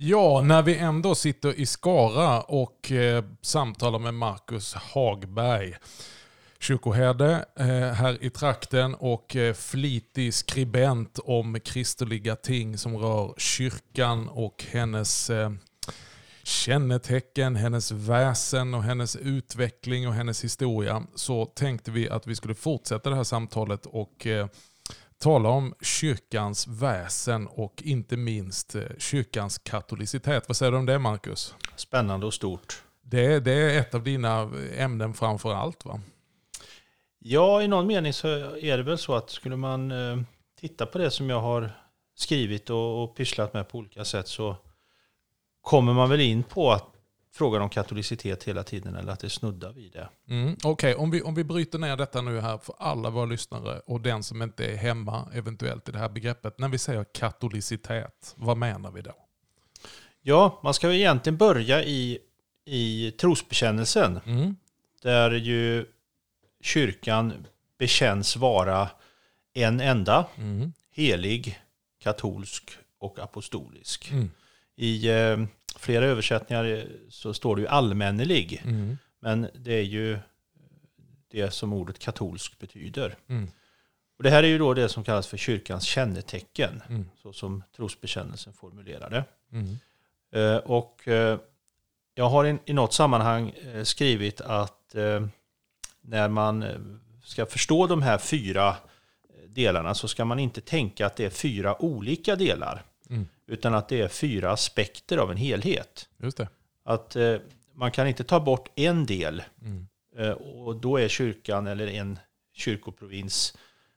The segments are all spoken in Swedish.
Ja, när vi ändå sitter i Skara och samtalar med Marcus Hagberg, kyrkoherde här i trakten och flitig skribent om kristliga ting som rör kyrkan och hennes kännetecken, hennes väsen och hennes utveckling och hennes historia, så tänkte vi att vi skulle fortsätta det här samtalet och tala om kyrkans väsen och inte minst kyrkans katolicitet. Vad säger du om det, Marcus? Spännande och stort. Det är ett av dina ämnen framför allt, va? Ja, i någon mening så är det väl så att skulle man titta på det som jag har skrivit och pysslat med på olika sätt, så kommer man väl in på att frågan om katolicitet hela tiden, eller att det snuddar vid det. Okej, om vi bryter ner detta nu här för alla våra lyssnare och den som inte är hemma eventuellt i det här begreppet. När vi säger katolicitet, vad menar vi då? Ja, man ska väl egentligen börja i trosbekännelsen. Där ju kyrkan bekänns vara en enda, helig, katolsk och apostolisk. I flera översättningar så står det ju allmännelig, men det är ju det som ordet katolsk betyder. Och det här är ju då det som kallas för kyrkans kännetecken, så som trosbekännelsen formulerade. Och jag har i något sammanhang skrivit att när man ska förstå de här 4 delarna så ska man inte tänka att det är 4 olika delar, utan att det är 4 aspekter av en helhet. Just det. Att man kan inte ta bort en del och då är kyrkan eller en kyrkoprovins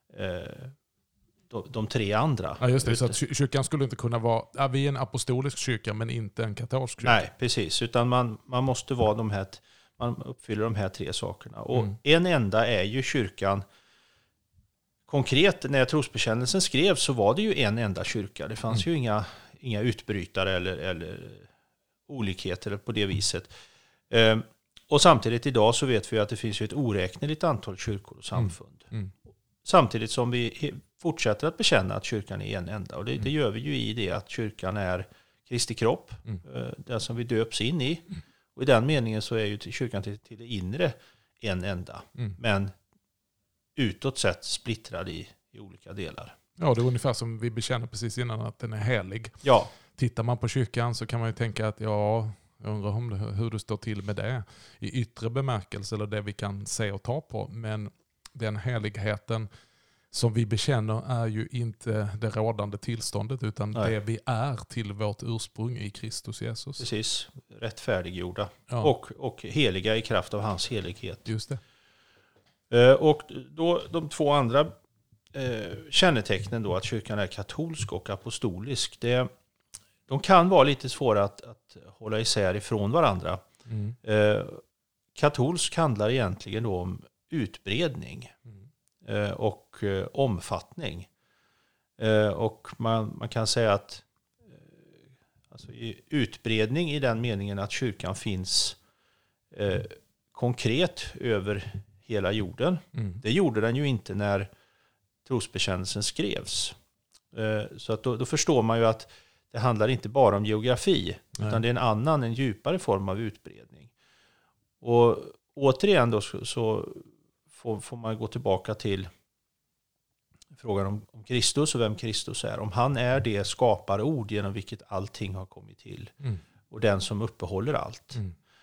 de 3 andra. Ja, just det. Så att kyrkan skulle inte kunna vara, vi är en apostolisk kyrka men inte en katolsk kyrka. Nej, precis. Utan man måste vara man uppfyller de här 3 sakerna. Och en enda är ju kyrkan. Konkret, när trosbekännelsen skrevs så var det ju en enda kyrka. Det fanns ju inga utbrytare eller olikheter på det viset. Och samtidigt idag så vet vi att det finns ju ett oräkneligt antal kyrkor och samfund. Samtidigt som vi fortsätter att bekänna att kyrkan är en enda. Och det gör vi ju i det att kyrkan är Kristi kropp, den som vi döps in i. Och i den meningen så är ju kyrkan till det inre en enda. Men utåt sett splittrad i olika delar. Ja, det är ungefär som vi bekänner precis innan att den är helig. Ja. Tittar man på kyrkan så kan man ju tänka att jag undrar hur det står till med det i yttre bemärkelse eller det vi kan se och ta på. Men den heligheten som vi bekänner är ju inte det rådande tillståndet utan det vi är till vårt ursprung i Kristus Jesus. Precis, rättfärdiggjorda och heliga i kraft av hans helighet. Just det. Och då de 2 andra kännetecknen då, att kyrkan är katolsk och apostolisk, de kan vara lite svåra att hålla isär ifrån varandra. Katolsk handlar egentligen då om utbredning och omfattning. Och man kan säga att alltså utbredning i den meningen att kyrkan finns konkret över hela jorden. Det gjorde den ju inte när trosbekännelsen skrevs. Så att då förstår man ju att det handlar inte bara om geografi, utan det är en djupare form av utbredning. Och återigen då så får man gå tillbaka till frågan om Kristus och vem Kristus är. Om han är det skaparord genom vilket allting har kommit till. Och den som uppehåller allt.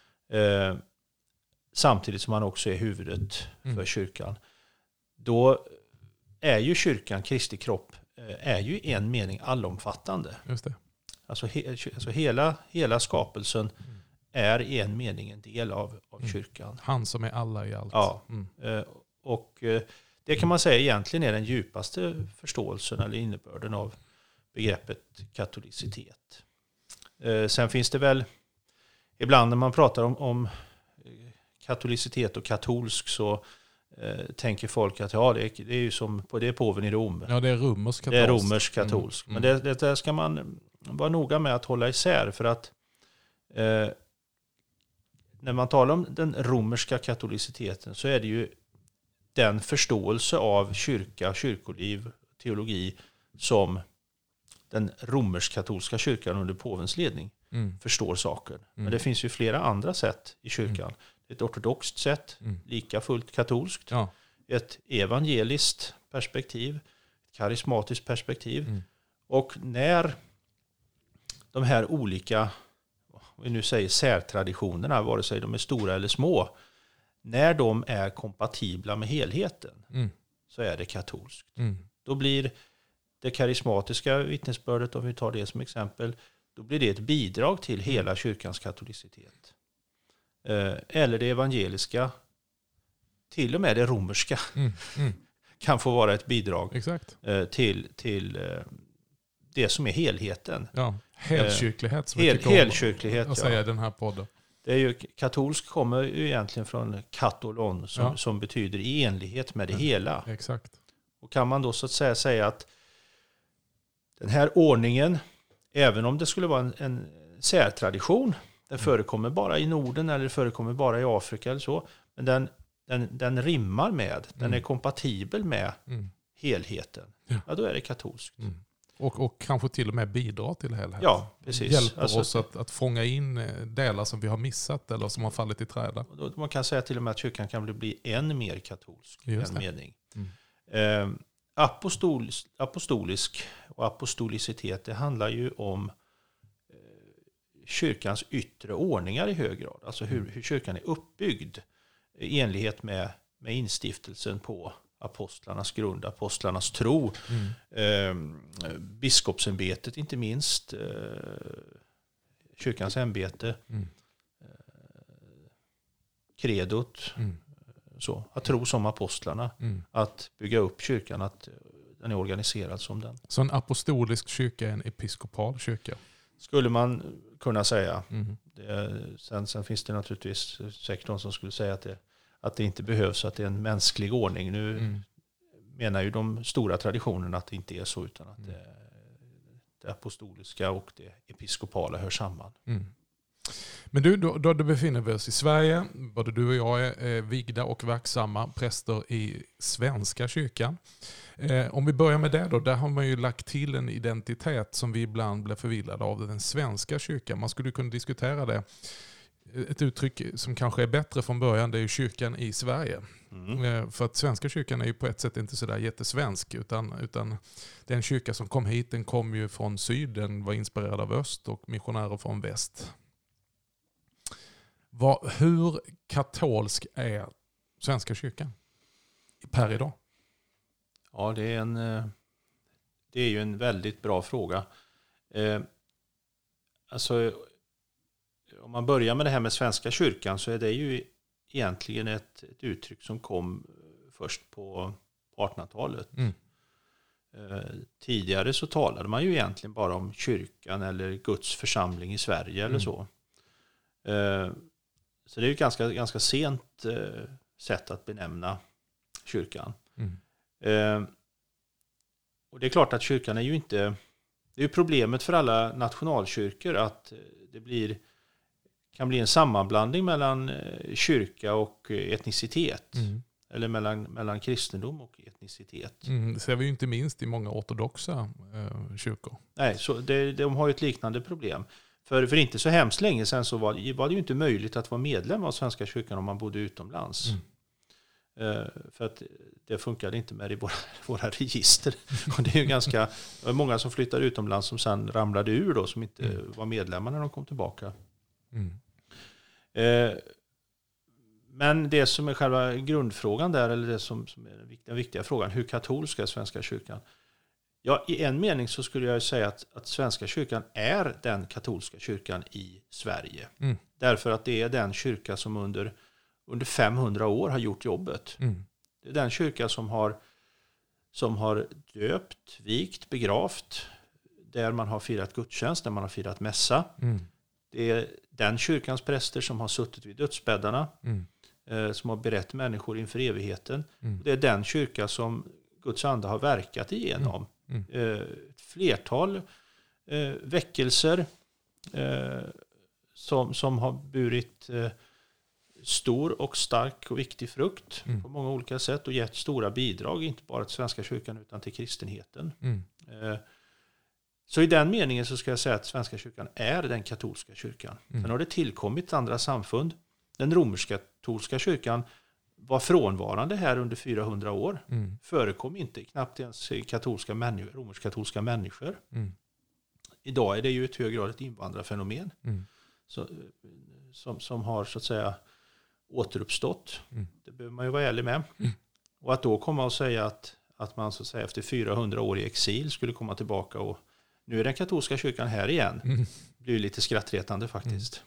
Samtidigt som han också är huvudet för kyrkan. Då är ju kyrkan, Kristi kropp, är ju i en mening allomfattande. Just det. Alltså hela skapelsen är i en mening en del av kyrkan. Han som är alla i allt. Ja, och det kan man säga egentligen är den djupaste förståelsen eller innebörden av begreppet katolicitet. Sen finns det väl, ibland när man pratar om katolicitet och katolsk så tänker folk att det är ju som det är påven i Rom. Ja, det är romersk katolsk. Det är romersk katolsk. Men det där ska man vara noga med att hålla isär, för att när man talar om den romerska katoliciteten så är det ju den förståelse av kyrka, kyrkoliv, teologi som den romersk-katolska kyrkan under påvens ledning förstår saken. Men det finns ju flera andra sätt i kyrkan. Ett ortodoxt sätt, lika fullt katolskt. Ja. Ett evangeliskt perspektiv, ett karismatiskt perspektiv. Och när de här olika, vi nu säger särtraditionerna, vare sig de är stora eller små, när de är kompatibla med helheten så är det katolskt. Då blir det karismatiska vittnesbördet, om vi tar det som exempel, då blir det ett bidrag till hela kyrkans katolicitet. Eller det evangeliska, till och med det romerska, kan få vara ett bidrag till det som är helheten. Ja, helkyrklighet som helkyrklighet, jag säger den här podden. Det är ju, katolsk kommer ju egentligen från katolon som betyder i enlighet med det hela. Exakt. Och kan man då så att säga att den här ordningen, även om det skulle vara en särtradition, den förekommer bara i Norden eller förekommer bara i Afrika eller så, men den rimmar med, den är kompatibel med helheten. Ja, då är det katolskt. Och kanske till och med bidrar till helheten. Ja, precis. Hjälper oss att fånga in delar som vi har missat eller som har fallit i träda. Man kan säga till och med att kyrkan kan bli än mer katolsk i en mening. Apostolisk och apostolicitet, det handlar ju om kyrkans yttre ordningar i hög grad. Alltså hur kyrkan är uppbyggd i enlighet med instiftelsen på apostlarnas grund, apostlarnas tro, biskopsämbetet inte minst, kyrkans ämbete, kredot, så, att tro som apostlarna, att bygga upp kyrkan, att den är organiserad som den. Så en apostolisk kyrka är en episkopal kyrka? Skulle man kunna säga. Sen finns det naturligtvis säkert någon som skulle säga att det inte behövs, att det är en mänsklig ordning. Nu menar ju de stora traditionerna att det inte är så, utan att det apostoliska och det episkopala hör samman. Men då befinner vi oss i Sverige. Både du och jag är vigda och verksamma präster i Svenska kyrkan. Om vi börjar med det då, där har man ju lagt till en identitet som vi ibland blir förvillade av, den svenska kyrkan. Man skulle kunna diskutera det. Ett uttryck som kanske är bättre från början, det är ju kyrkan i Sverige. För att Svenska kyrkan är ju på ett sätt inte sådär jättesvensk, utan den kyrka som kom hit, den kom ju från syd, den var inspirerad av öst och missionärer från väst. Hur katolsk är Svenska kyrkan per idag? Ja, det är ju en väldigt bra fråga. Alltså, om man börjar med det här med Svenska kyrkan, så är det ju egentligen ett uttryck som kom först på 1800-talet. Tidigare så talade man ju egentligen bara om kyrkan eller Guds församling i Sverige eller så. Så det är ju ett ganska sent sätt att benämna kyrkan. Och det är klart att kyrkan är ju inte... Det är ju problemet för alla nationalkyrkor att det kan bli en sammanblandning mellan kyrka och etnicitet. Eller mellan kristendom och etnicitet. Det ser vi ju inte minst i många ortodoxa kyrkor. Nej, så de har ju ett liknande problem. För inte så hemskt länge sedan så var det ju inte möjligt att vara medlem av Svenska kyrkan om man bodde utomlands. För att det funkade inte med i våra register. Och det är ju ganska många som flyttar utomlands som sen ramlade ur då, som inte var medlemmar när de kom tillbaka. Men det som är själva grundfrågan där, eller det som är den viktiga frågan, hur katolsk är Svenska kyrkan? Ja, i en mening så skulle jag säga att Svenska kyrkan är den katolska kyrkan i Sverige. Därför att det är den kyrka som under 500 år har gjort jobbet. Det är den kyrka som har döpt, vikt, begravt, där man har firat gudstjänst, där man har firat mässa. Det är den kyrkans präster som har suttit vid dödsbäddarna, som har berett människor inför evigheten. Det är den kyrka som Guds ande har verkat igenom. Ett flertal väckelser som har burit stor och stark och viktig frukt på många olika sätt och gett stora bidrag, inte bara till Svenska kyrkan utan till kristenheten. Så i den meningen så ska jag säga att Svenska kyrkan är den katolska kyrkan. Sen har det tillkommit andra samfund. Den romersk-katolska kyrkan var frånvarande här under 400 år. Förekom inte knappt ens romersk-katolska människor. Idag är det ju i hög grad ett invandrarfenomen som har så att säga återuppstått. Det behöver man ju vara ärlig med. Och att då komma och säga att man så att säga efter 400 år i exil skulle komma tillbaka och nu är den katolska kyrkan här igen. Det blir lite skrattretande faktiskt.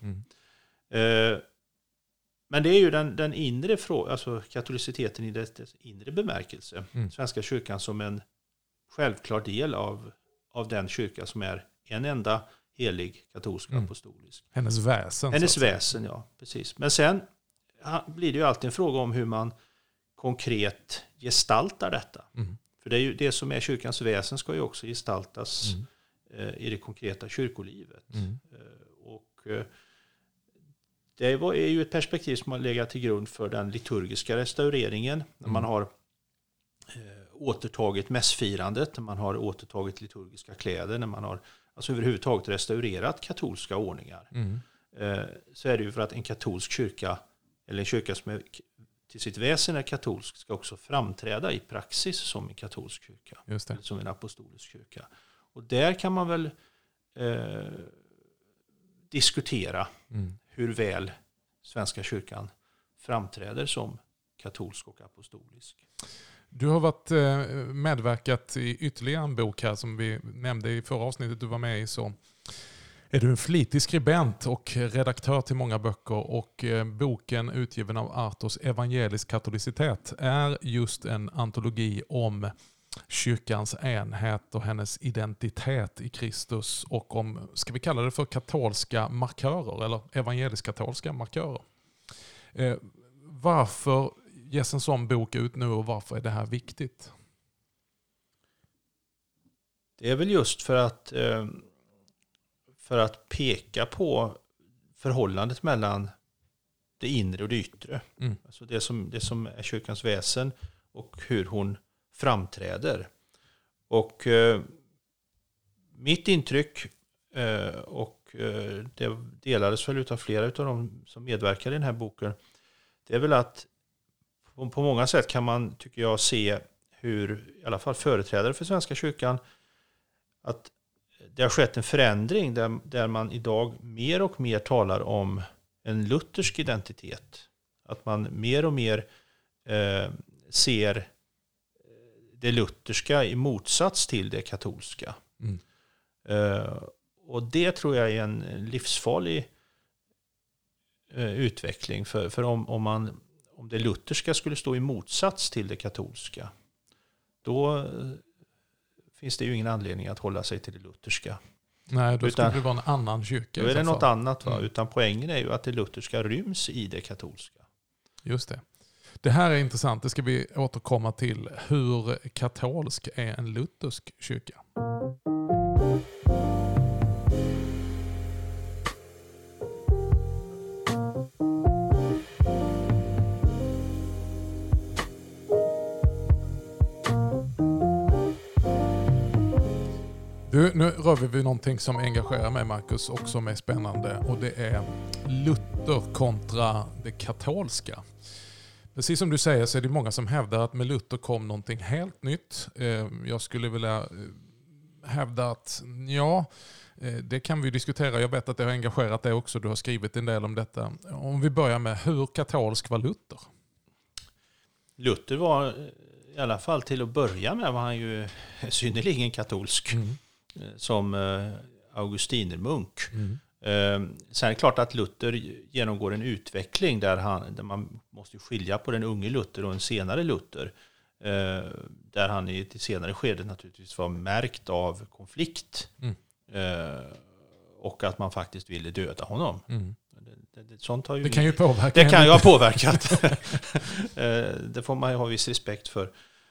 Men det är ju den inre frågan, alltså katoliciteten i dess inre bemärkelse. Svenska kyrkan som en självklar del av den kyrka som är en enda helig katolsk apostolisk. Hennes väsen. Hennes väsen, ja, precis. Men sen blir det ju alltid en fråga om hur man konkret gestaltar detta. För det är ju det som är kyrkans väsen ska ju också gestaltas i det konkreta kyrkolivet. Och det är ju ett perspektiv som har legat till grund för den liturgiska restaureringen. När man har återtagit mässfirandet, när man har återtagit liturgiska kläder, när man har alltså överhuvudtaget restaurerat katolska ordningar. Så är det ju för att en katolsk kyrka, eller en kyrka som är till sitt väsen är katolsk, ska också framträda i praxis som en katolsk kyrka. Just det. Eller som en apostolisk kyrka. Och där kan man väl diskutera hur väl Svenska kyrkan framträder som katolsk och apostolisk. Du har varit medverkat i ytterligare en bok här som vi nämnde i förra avsnittet du var med i, så är du en flitig skribent och redaktör till många böcker, och boken utgiven av Artos Evangelisk katolicitet är just en antologi om kyrkans enhet och hennes identitet i Kristus och om, ska vi kalla det för katolska markörer eller evangelisk-katolska markörer. Varför ges en sån bok ut nu och varför är det här viktigt? Det är väl just för att peka på förhållandet mellan det inre och det yttre. Alltså det som är kyrkans väsen och hur hon framträder. Och mitt intryck, och det delades väl utav flera utav de som medverkar i den här boken, det är väl att på många sätt kan man, tycker jag, se hur i alla fall företrädare för Svenska kyrkan, att det har skett en förändring där man idag mer och mer talar om en luthersk identitet. Att man mer och mer ser det lutherska i motsats till det katolska. Och det tror jag är en livsfarlig utveckling. För om det lutherska skulle stå i motsats till det katolska, då finns det ju ingen anledning att hålla sig till det lutherska. Nej, då skulle det vara en annan kyrka. Då är det något annat. Utan poängen är ju att det lutherska ryms i det katolska. Just det. Det här är intressant. Det ska vi återkomma till. Hur katolsk är en luthersk kyrka? Nu rör vi vid någonting som engagerar mig, Marcus, och som är spännande, och det är Luther kontra det katolska. Precis som du säger så är det många som hävdar att med Luther kom någonting helt nytt. Jag skulle vilja hävda att det kan vi diskutera. Jag vet att det har engagerat dig också. Du har skrivit en del om detta. Om vi börjar med, hur katolsk var Luther? Luther var i alla fall till att börja med var han ju synnerligen katolsk. Som augustinermunk. Sen är det klart att Luther genomgår en utveckling där man måste skilja på den unge Luther och en senare Luther. Där han i ett senare skede naturligtvis var märkt av konflikt. Och att man faktiskt ville döda honom. Sånt har ju, det kan ju påverka. Det kan ju ha påverkat. Det får man ju ha viss respekt för.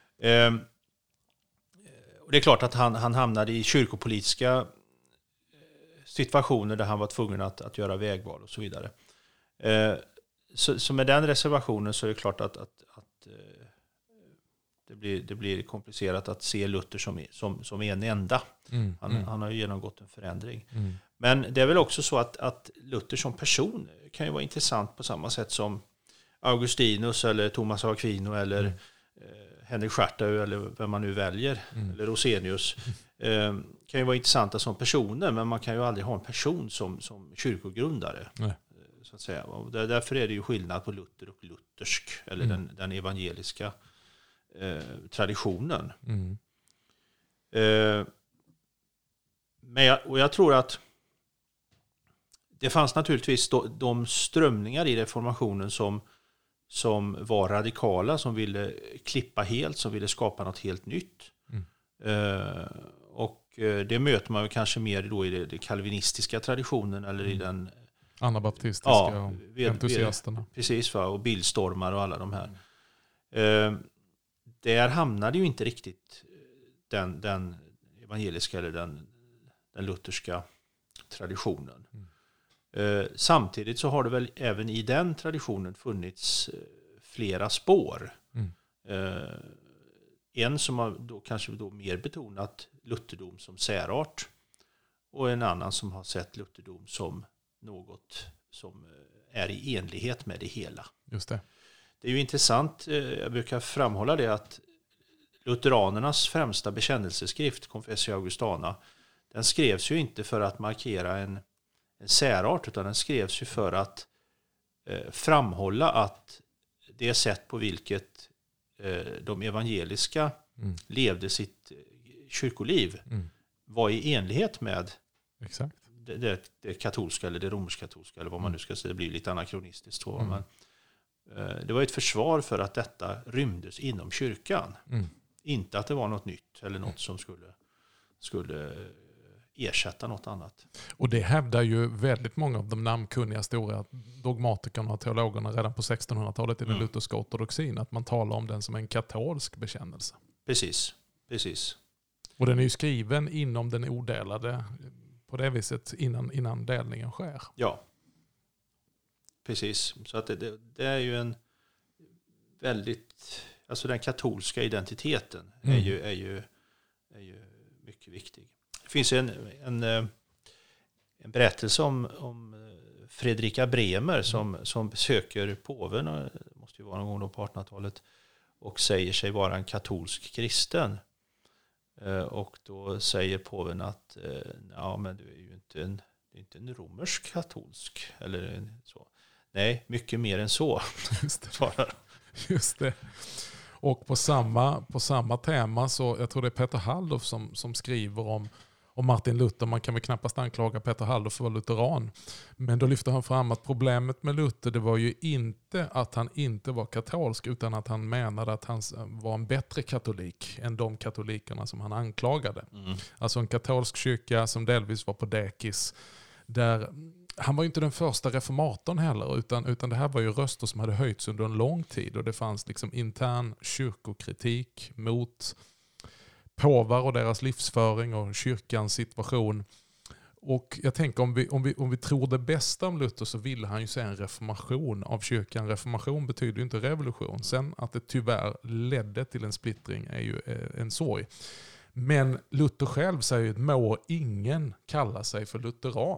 Och det är klart att han hamnade i kyrkopolitiska situationer där han var tvungen att göra vägval och så vidare. Så med den reservationen så är det klart att det blir komplicerat att se Luther som en enda. Han har ju genomgått en förändring. Men det är väl också så att Luther som person kan ju vara intressant på samma sätt som Augustinus eller Thomas av Aquino eller Henrik Schartau eller vem man nu väljer, eller Rosenius. Kan ju vara intressanta som personer, men man kan ju aldrig ha en person som kyrkogrundare. Nej. Så att säga. Och därför är det ju skillnad på Luther och luthersk, eller den evangeliska traditionen. Men jag tror att det fanns naturligtvis de strömningar i reformationen som var radikala, som ville klippa helt, som ville skapa något helt nytt. Och det möter man ju kanske mer då i det kalvinistiska traditionen eller i den anabaptistiska entusiasterna. Precis, va? Och bildstormar och alla de här. Där hamnade ju inte riktigt den evangeliska eller den lutherska traditionen. Samtidigt så har det väl även i den traditionen funnits flera spår. En som har då kanske mer betonat lutherdom som särart, och en annan som har sett lutherdom som något som är i enlighet med det hela. Just det. Det är ju intressant, jag brukar framhålla det, att lutheranernas främsta bekännelseskrift, Confessio Augustana, den skrevs ju inte för att markera en särart, utan den skrevs ju för att framhålla att det sätt på vilket de evangeliska levde sitt kyrkoliv var i enlighet med Exakt. Det katolska eller det romersk-katolska, eller vad man nu ska säga. Det blir lite anakronistiskt så, men det var ett försvar för att detta rymdes inom kyrkan. Inte att det var något nytt eller något som skulle ersätta något annat. Och det hävdar ju väldigt många av de namnkunniga stora dogmatikerna och teologerna redan på 1600-talet i den lutherska ortodoxin, att man talar om den som en katolsk bekännelse. Precis. Och den är ju skriven inom den odelade på det viset innan delningen sker. Ja, precis. Så att det är ju en väldigt, alltså den katolska identiteten är ju mycket viktig. Det finns en berättelse om Fredrika Bremer som besöker påven, det måste ju vara någon gång på 1800-talet, och säger sig vara en katolsk kristen. Och då säger påven att ja, men du är ju inte en romersk katolsk eller så. Nej, mycket mer än så. Just det. Och på samma tema, så jag tror det är Peter Halldorf som skriver om Martin Luther. Man kan väl knappast anklaga Peter Halldorf för att vara lutheran. Men då lyfter han fram att problemet med Luther, det var ju inte att han inte var katolsk, utan att han menade att han var en bättre katolik än de katolikerna som han anklagade. Alltså en katolsk kyrka som delvis var på dekis, där han var ju inte den första reformatorn heller, utan det här var ju röster som hade höjts under en lång tid, och det fanns liksom intern kyrkokritik mot påvar och deras livsföring och kyrkans situation. Och jag tänker om vi tror det bästa om Luther, så ville han ju se en reformation av kyrkan. Reformation betyder ju inte revolution. Sen att det tyvärr ledde till en splittring är ju en sorg. Men Luther själv säger att må ingen kalla sig för lutheran.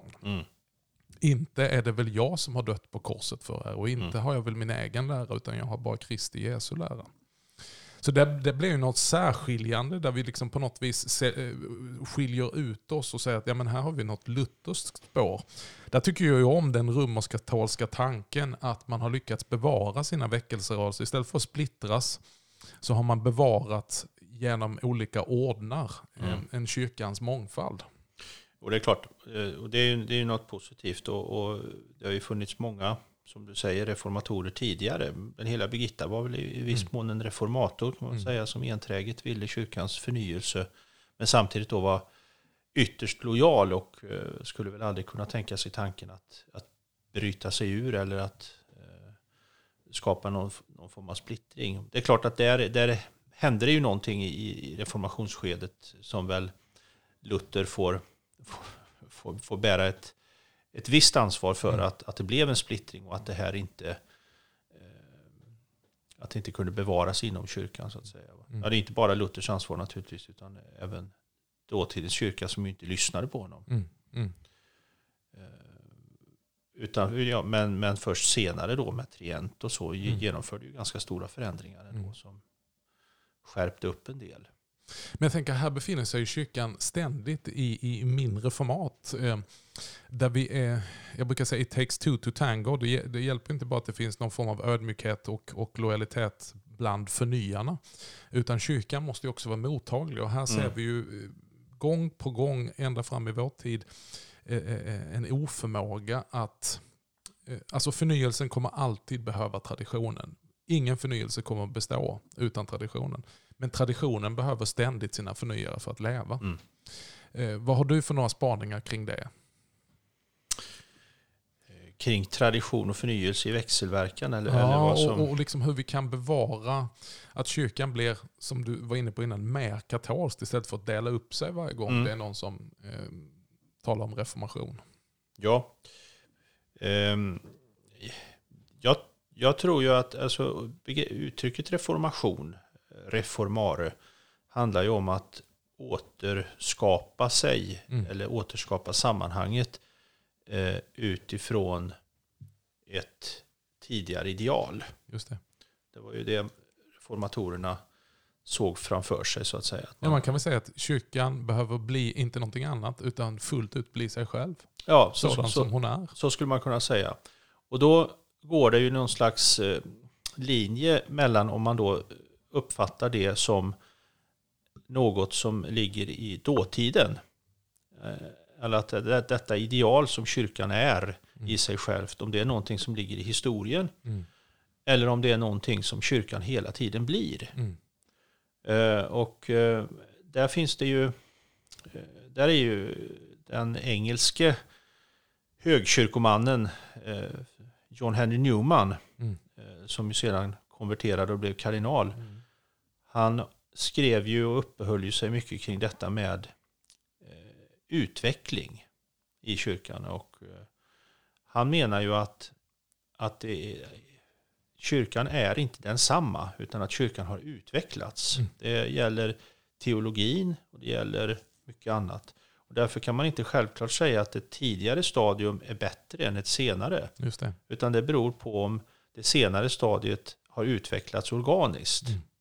Inte är det väl jag som har dött på korset för er, och inte har jag väl min egen lära, utan jag har bara Kristi Jesu lära. Så det blir ju något särskiljande där vi liksom på något vis skiljer ut oss och säger att ja, men här har vi något lutherskt spår. Där tycker jag ju om den romersk-katolska tanken att man har lyckats bevara sina väckelserörelser. Istället för att splittras så har man bevarat genom olika ordnar en kyrkans mångfald. Och det är klart, och det är ju något positivt, och det har ju funnits många, som du säger, reformatorer tidigare. Men hela Birgitta var väl i viss mån en reformator, kan man säga, som enträget ville kyrkans förnyelse, men samtidigt då var ytterst lojal och skulle väl aldrig kunna tänka sig tanken att bryta sig ur eller att skapa någon form av splittring. Det är klart att där hände det ju någonting i reformationsskedet som väl Luther får bära ett visst ansvar för att det blev en splittring, och att det här inte att det inte kunde bevaras inom kyrkan så att säga. Ja, det är inte bara Luthers ansvar naturligtvis, utan även dåtidens kyrka som ju inte lyssnade på honom. Men först senare då med Trient och så genomförde ju ganska stora förändringar ändå som skärpte upp en del. Men jag tänker, här befinner sig kyrkan ständigt i mindre format. Där vi är, jag brukar säga it takes two to tango. Det hjälper inte bara att det finns någon form av ödmjukhet och lojalitet bland förnyarna. Utan kyrkan måste ju också vara mottaglig. Och här ser vi ju gång på gång, ända fram i vår tid, en oförmåga att... Alltså förnyelsen kommer alltid behöva traditionen. Ingen förnyelse kommer att bestå utan traditionen. Men traditionen behöver ständigt sina förnyare för att leva. Vad har du för några spaningar kring det? Kring tradition och förnyelse i växelverkan? Eller vad som... och liksom hur vi kan bevara att kyrkan blir, som du var inne på innan, mer katolskt istället för att dela upp sig varje gång det är någon som talar om reformation. Ja. Jag tror ju att alltså, uttrycket reformare, handlar ju om att återskapa sig eller återskapa sammanhanget utifrån ett tidigare ideal. Just det. Det var ju det reformatorerna såg framför sig så att säga. Ja, man kan väl säga att kyrkan behöver bli inte någonting annat utan fullt ut bli sig själv. Ja, som hon är. Så skulle man kunna säga. Och då går det ju någon slags linje mellan om man då uppfattar det som något som ligger i dåtiden. Eller att detta ideal som kyrkan är i sig självt, om det är någonting som ligger i historien eller om det är någonting som kyrkan hela tiden blir. Och där finns det ju, där är ju den engelske högkyrkomannen John Henry Newman som ju sedan konverterade och blev kardinal. Han skrev ju och uppehöll ju sig mycket kring detta med utveckling i kyrkan, och han menar ju att kyrkan är inte densamma, utan att kyrkan har utvecklats. Det gäller teologin och det gäller mycket annat. Och därför kan man inte självklart säga att ett tidigare stadium är bättre än ett senare. Just det. Utan det beror på om det senare stadiet har utvecklats organiskt.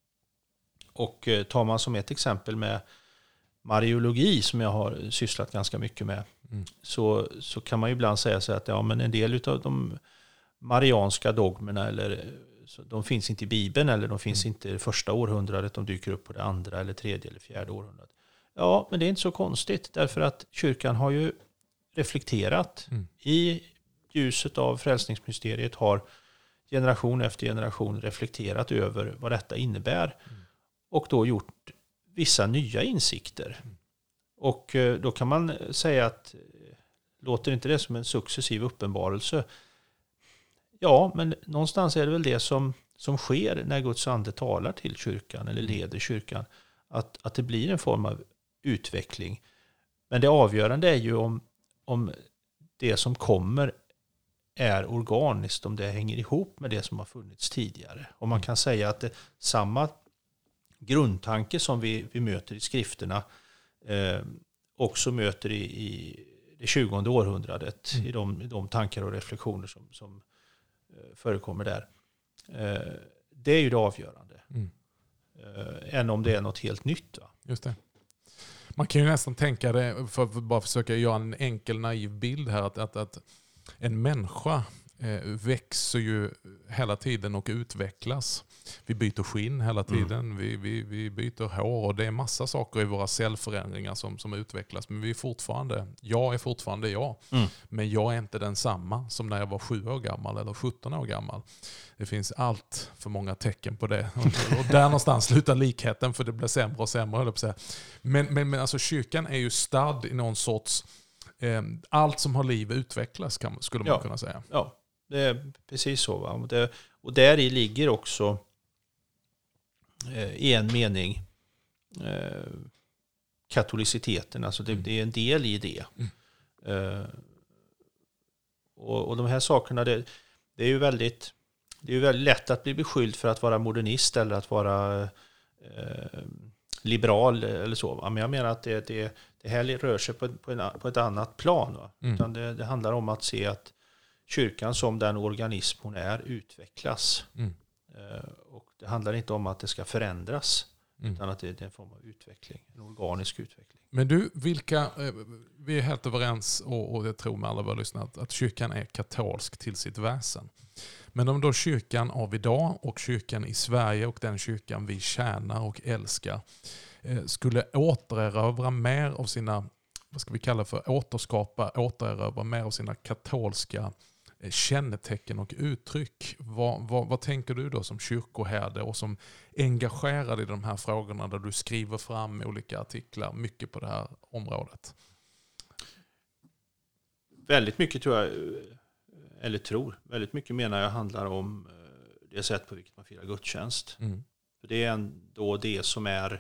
Och tar man som ett exempel med mariologi, som jag har sysslat ganska mycket med, så kan man ju ibland säga så att men en del av de marianska dogmerna de finns inte i Bibeln, eller de finns inte i det första århundradet, de dyker upp på det andra eller tredje eller fjärde århundradet. Ja, men det är inte så konstigt, därför att kyrkan har ju reflekterat i ljuset av frälsningsmysteriet, har generation efter generation reflekterat över vad detta innebär och då gjort vissa nya insikter. Och då kan man säga att låter inte det som en successiv uppenbarelse? Ja, men någonstans är det väl det som sker när Guds ande talar till kyrkan eller leder kyrkan, att det blir en form av utveckling. Men det avgörande är ju om det som kommer är organiskt, om det hänger ihop med det som har funnits tidigare. Och man kan säga att samma grundtanke som vi möter i skrifterna också möter i det 20:e århundradet, i de tankar och reflektioner som förekommer där. Det är ju det avgörande. Än om det är något helt nytt. Va? Just det. Man kan ju nästan tänka det, för att bara försöka göra en enkel naiv bild här, att en människa växer ju hela tiden och utvecklas. Vi byter skinn hela tiden, vi byter hår, och det är massa saker i våra cellförändringar som utvecklas. Men jag är fortfarande jag. Men jag är inte densamma som när jag var 7 år gammal eller 17 år gammal. Det finns allt för många tecken på det. Och där någonstans slutar likheten, för det blir sämre och sämre, höll jag på att säga. Men alltså kyrkan är ju stadd i någon sorts allt som har liv utvecklas, skulle man kunna säga. Ja, det är precis så. Va? Och där i ligger också i en mening katoliciteten. Alltså det är en del i det. Och de här sakerna, det är ju väldigt det är ju väldigt lätt att bli beskylld för att vara modernist eller att vara liberal eller så. Men jag menar att det här rör sig på ett annat plan. Va? Utan det handlar om att se att kyrkan som den organism hon är utvecklas. Och det handlar inte om att det ska förändras. Utan att det är en form av utveckling, en organisk utveckling. Men du, vi är helt överens och jag tror med alla våra lyssnare att kyrkan är katolsk till sitt väsen. Men om då kyrkan av idag och kyrkan i Sverige och den kyrkan vi tjänar och älskar skulle återerövra mer av sina, vad ska vi kalla för, återerövra mer av sina katolska kännetecken och uttryck. Vad tänker du då som kyrkoherde och som engagerad i de här frågorna där du skriver fram olika artiklar mycket på det här området? Väldigt mycket väldigt mycket menar jag handlar om det sätt på vilket man firar gudstjänst. För det är ändå det som är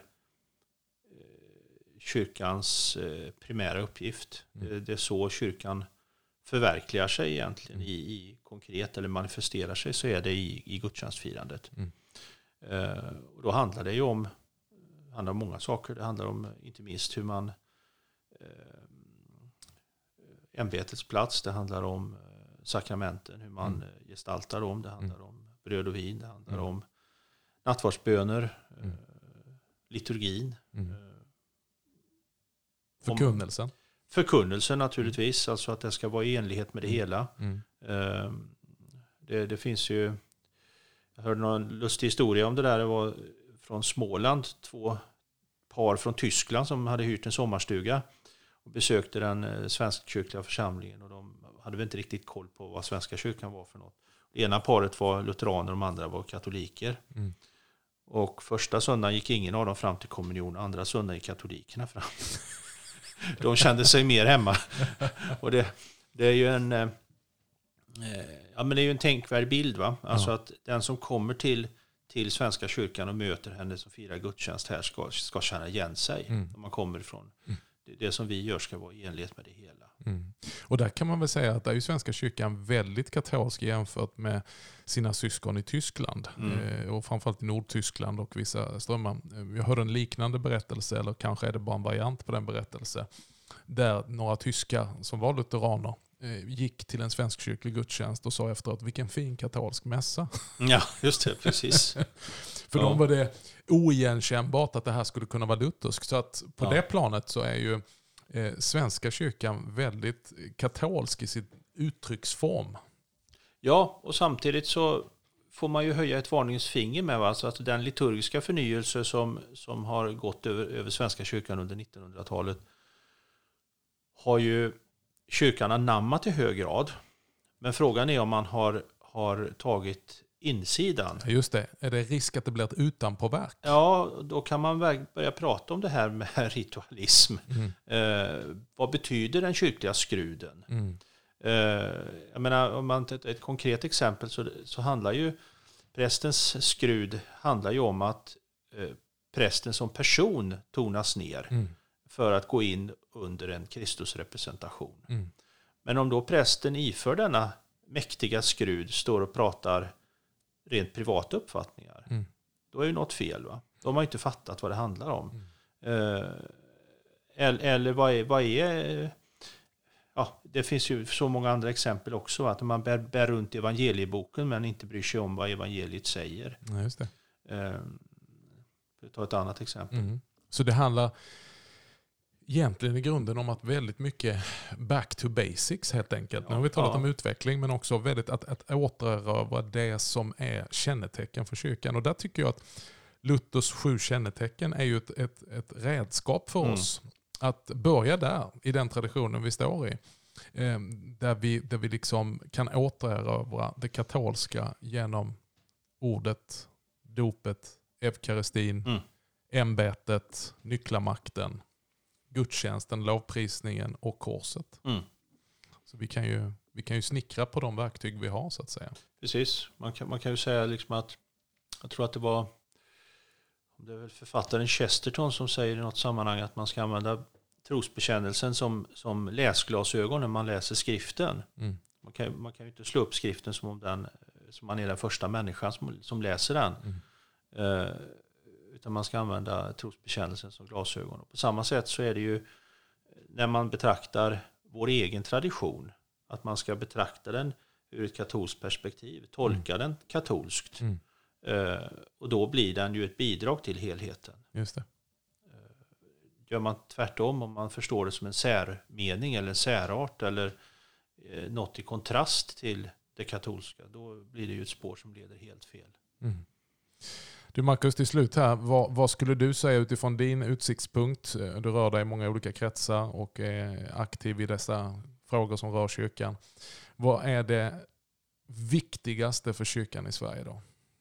kyrkans primära uppgift. Det är så kyrkan förverkligar sig egentligen i konkret eller manifesterar sig, så är det i gudstjänstfirandet. Och då handlar det ju om många saker. Det handlar om inte minst hur man ämbetets plats, det handlar om sakramenten, hur man gestaltar dem, det handlar om bröd och vin, det handlar om nattvardsböner, liturgin. Förkunnelsen naturligtvis, alltså att det ska vara i enlighet med det hela. Det finns ju, jag hörde någon lustig historia om det där, det var från Småland, 2 par från Tyskland som hade hyrt en sommarstuga och besökte den svenskkyrkliga församlingen, och de hade väl inte riktigt koll på vad svenska kyrkan var för något. Det ena paret var lutheraner, de andra var katoliker. Och första söndagen gick ingen av dem fram till kommunion, andra söndagen gick katolikerna fram. De kände sig mer hemma. Och det är ju en men det är ju en tänkvärd bild, va? Alltså att den som kommer till svenska kyrkan och möter henne som firar gudstjänst här ska känna igen sig när man kommer ifrån. Det som vi gör ska vara i enlighet med det hela. Och där kan man väl säga att där är ju svenska kyrkan väldigt katolsk jämfört med sina syskon i Tyskland. Och framförallt i Nordtyskland och vissa strömmar. Jag hörde en liknande berättelse, eller kanske är det bara en variant på den berättelse, där några tyskar som var lutheraner gick till en svensk kyrklig gudstjänst och sa efteråt, vilken fin katolsk mässa. Ja, just det, precis. För dem var det oigenkännbart att det här skulle kunna vara lutherskt. Så att på det planet så är ju svenska kyrkan väldigt katolsk i sin uttrycksform. Ja, och samtidigt så får man ju höja ett varningsfinger med, va? Alltså att den liturgiska förnyelse som har gått över svenska kyrkan under 1900-talet har ju kyrkan anammat i hög grad. Men frågan är om man har tagit insidan. Just det. Är det risk att det blir ett utanpåverk? Ja, då kan man börja prata om det här med ritualism. Vad betyder den kyrkliga skruden? Jag menar, om man tar ett konkret exempel så handlar ju prästens skrud handlar ju om att prästen som person tonas ner för att gå in under en Kristusrepresentation. Men om då prästen iför denna mäktiga skrud står och pratar rent privata uppfattningar, då är ju något fel, va? De har inte fattat vad det handlar om. Eller vad är det finns ju så många andra exempel också, va? Att man bär runt evangelieboken men inte bryr sig om vad evangeliet säger. Ja, just det. För att ta ett annat exempel. Så det handlar egentligen i grunden om att väldigt mycket back to basics helt enkelt. Nu har vi talat om utveckling, men också väldigt att återerövra det som är kännetecken för kyrkan. Och där tycker jag att Luthers 7 kännetecken är ju ett redskap för oss att börja där, i den traditionen vi står i. Där vi liksom kan återerövra det katolska genom ordet, dopet, eukaristin, ämbetet, nycklamakten, gudstjänsten, lovprisningen och korset. Så vi kan ju snickra på de verktyg vi har, så att säga. Precis. Man kan ju säga liksom att jag tror att det är väl författaren Chesterton som säger i något sammanhang att man ska använda trosbekännelsen som läsglasögon när man läser skriften. Man kan ju inte slå upp skriften som om den så man är den första människan som läser den. Utan man ska använda trosbekännelsen som glasögon. Och på samma sätt så är det ju när man betraktar vår egen tradition, att man ska betrakta den ur ett katolskt perspektiv, tolka den katolskt. Och då blir den ju ett bidrag till helheten. Just det. Gör man tvärtom, om man förstår det som en särmening eller en särart eller något i kontrast till det katolska, då blir det ju ett spår som leder helt fel. Du Marcus, till slut här, vad skulle du säga utifrån din utsiktspunkt? Du rör dig i många olika kretsar och är aktiv i dessa frågor som rör kyrkan. Vad är det viktigaste för kyrkan i Sverige då?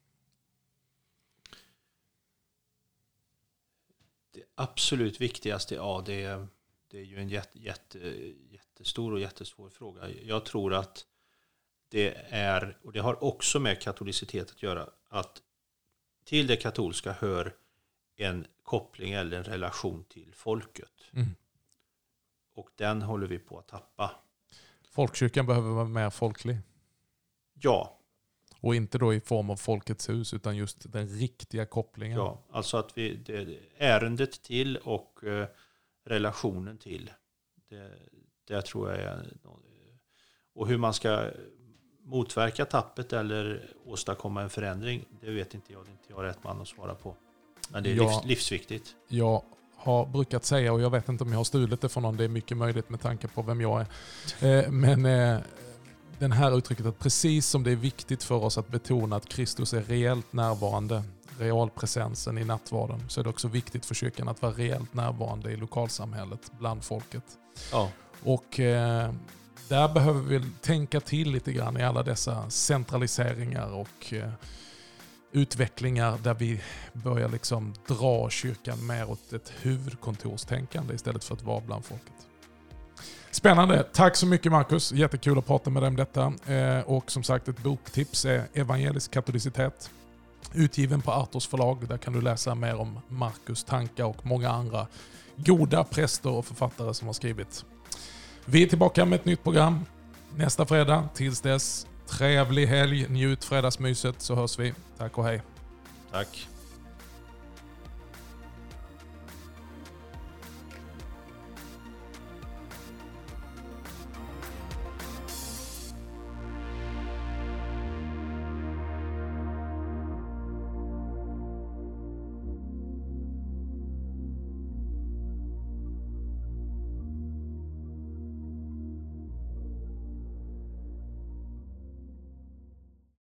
Det absolut viktigaste, det är ju en jättestor och jättesvår fråga. Jag tror att det är, och det har också med katolicitet att göra, att till det katolska hör en koppling eller en relation till folket. Och den håller vi på att tappa. Folkkyrkan behöver vara mer folklig. Ja. Och inte då i form av Folkets hus, utan just den riktiga kopplingen. Ja, alltså att ärendet till och relationen till. Det tror jag är... Och hur man ska motverka tappet eller åstadkomma en förändring, det vet inte jag. Det är inte jag rätt man att svara på. Men det är livsviktigt. Jag har brukat säga, och jag vet inte om jag har stulit det från någon, det är mycket möjligt med tanke på vem jag är. Men den här uttrycket att precis som det är viktigt för oss att betona att Kristus är reellt närvarande, realpresensen i nattvarden, så är det också viktigt för kyrkan att vara reellt närvarande i lokalsamhället, bland folket. Ja. Och där behöver vi tänka till lite grann i alla dessa centraliseringar och utvecklingar där vi börjar liksom dra kyrkan mer åt ett huvudkontorstänkande istället för att vara bland folket. Spännande. Tack så mycket Marcus. Jättekul att prata med dig om detta. Och som sagt, ett boktips är Evangelisk katolicitet. Utgiven på Artos förlag. Där kan du läsa mer om Marcus tankar och många andra goda präster och författare som har skrivit. Vi är tillbaka med ett nytt program nästa fredag. Tills dess, trevlig helg. Njut fredagsmyset så hörs vi. Tack och hej. Tack.